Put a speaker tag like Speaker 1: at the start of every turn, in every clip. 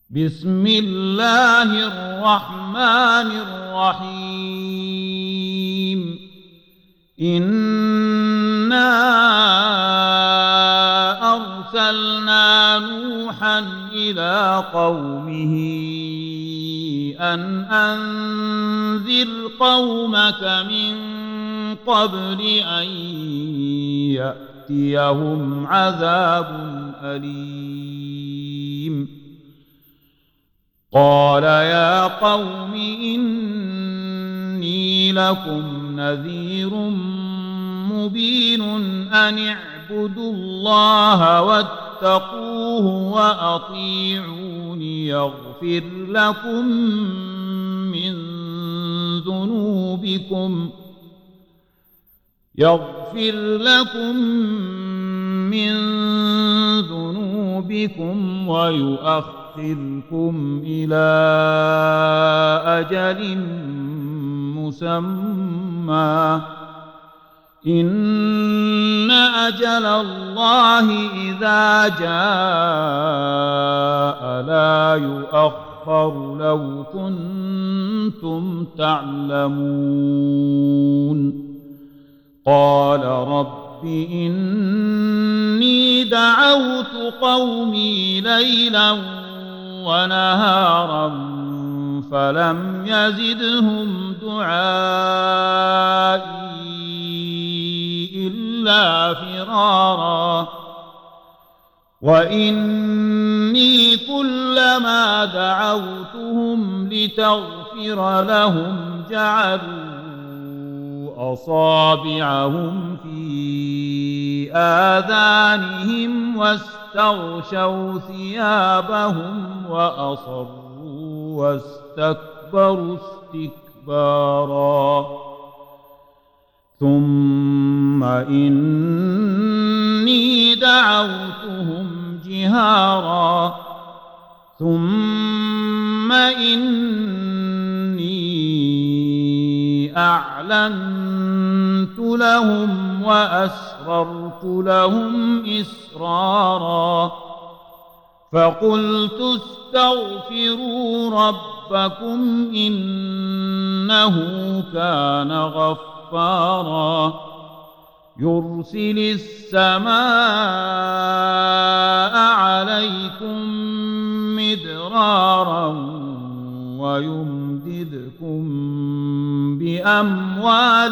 Speaker 1: بسم الله الرحمن الرحيم إنا أرسلنا نوحا إلى قومه أن أنذر قومك من قبل أن يأتيهم عذاب أليم قال يا قوم إني لكم نذير مبين أن اعبدوا الله واتقوه وأطيعون يغفر لكم من ذنوبكم ويؤخركم إلى أجل مسمى إن أجل الله إذا جاء لا يؤخر لو كنتم تعلمون قال رب إني دعوت قومي ليلا ونهارا فلم يزدهم دعائي إلا فرارا وإني كلما دعوتهم لتغفر لهم جعلوا أصابعهم في آذانهم واستغشوا ثيابهم وأصروا واستكبروا استكبارا ثم إني دعوتهم جهارا ثم إني أعلنت لهم وأسررت لهم إسرارا فقلت استغفروا ربكم إنه كان غفارا يرسل السماء عليكم مدرارا ويمددكم بأموال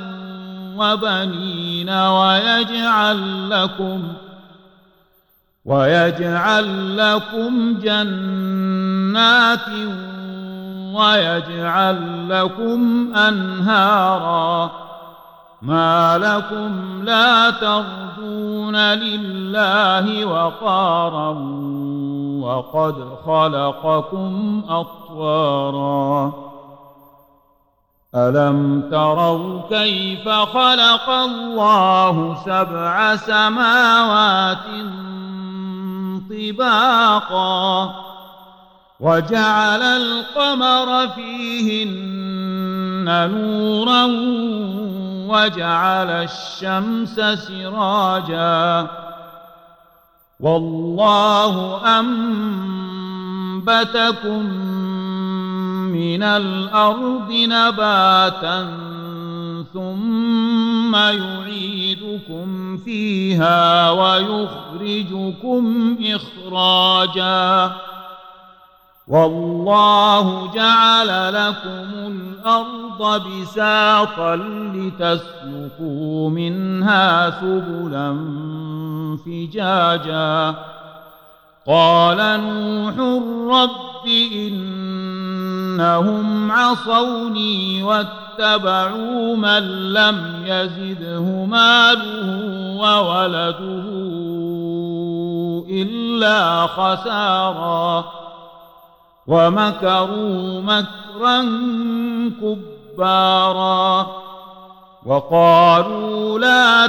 Speaker 1: وبنين ويجعل لكم جنات ويجعل لكم أنهارا ما لكم لا ترجون لله وقارا وقد خلقكم أطوارا ألم تروا كيف خلق الله سبع سماوات طباقا وجعل القمر فيهن نورا وجعل الشمس سراجا والله أنبتكم من الأرض نباتا ثم يعيدكم فيها ويخرجكم إخراجا والله جعل لكم الأرض بساطا لتسلكوا منها سبلا فجاجا قال نوح رب إنهم عصوني واتبعوا من لم يزده ماله وولده إلا خسارا ومكروا مكرا كبارا وقالوا لا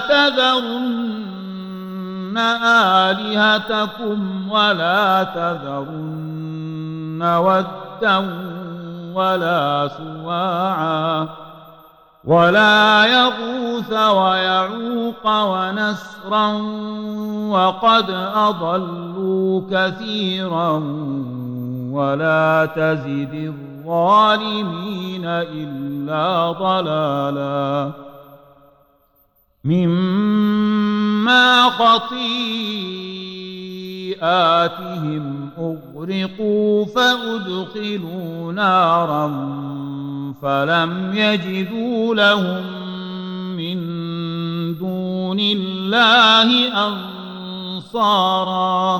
Speaker 1: تذرن آلهتكم ولا تذرن ودا ولا سواعا ولا يغوث ويعوق ونسرا وقد أضلوا كثيرا ولا تزد الظالمين إلا ضلالا مما خطيئاتهم أغرقوا فأدخلوا نارا فلم يجدوا لهم من دون الله أنصارا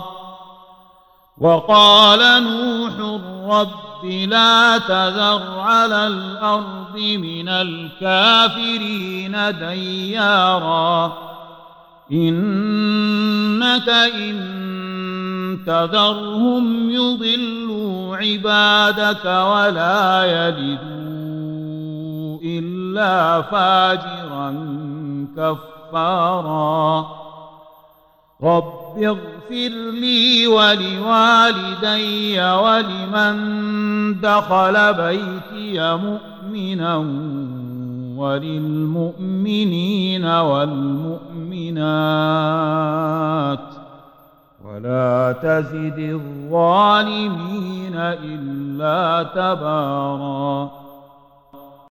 Speaker 1: وقال نوح رب لا تذر على الأرض من الكافرين ديارا إنك إن تذرهم يضلوا عبادك ولا يلدوا إلا فاجرا كفارا رب اغفر لي ولوالدي ولمن دخل بيتي مؤمنا وللمؤمنين والمؤمنات ولا تزد الظالمين إلا تبارا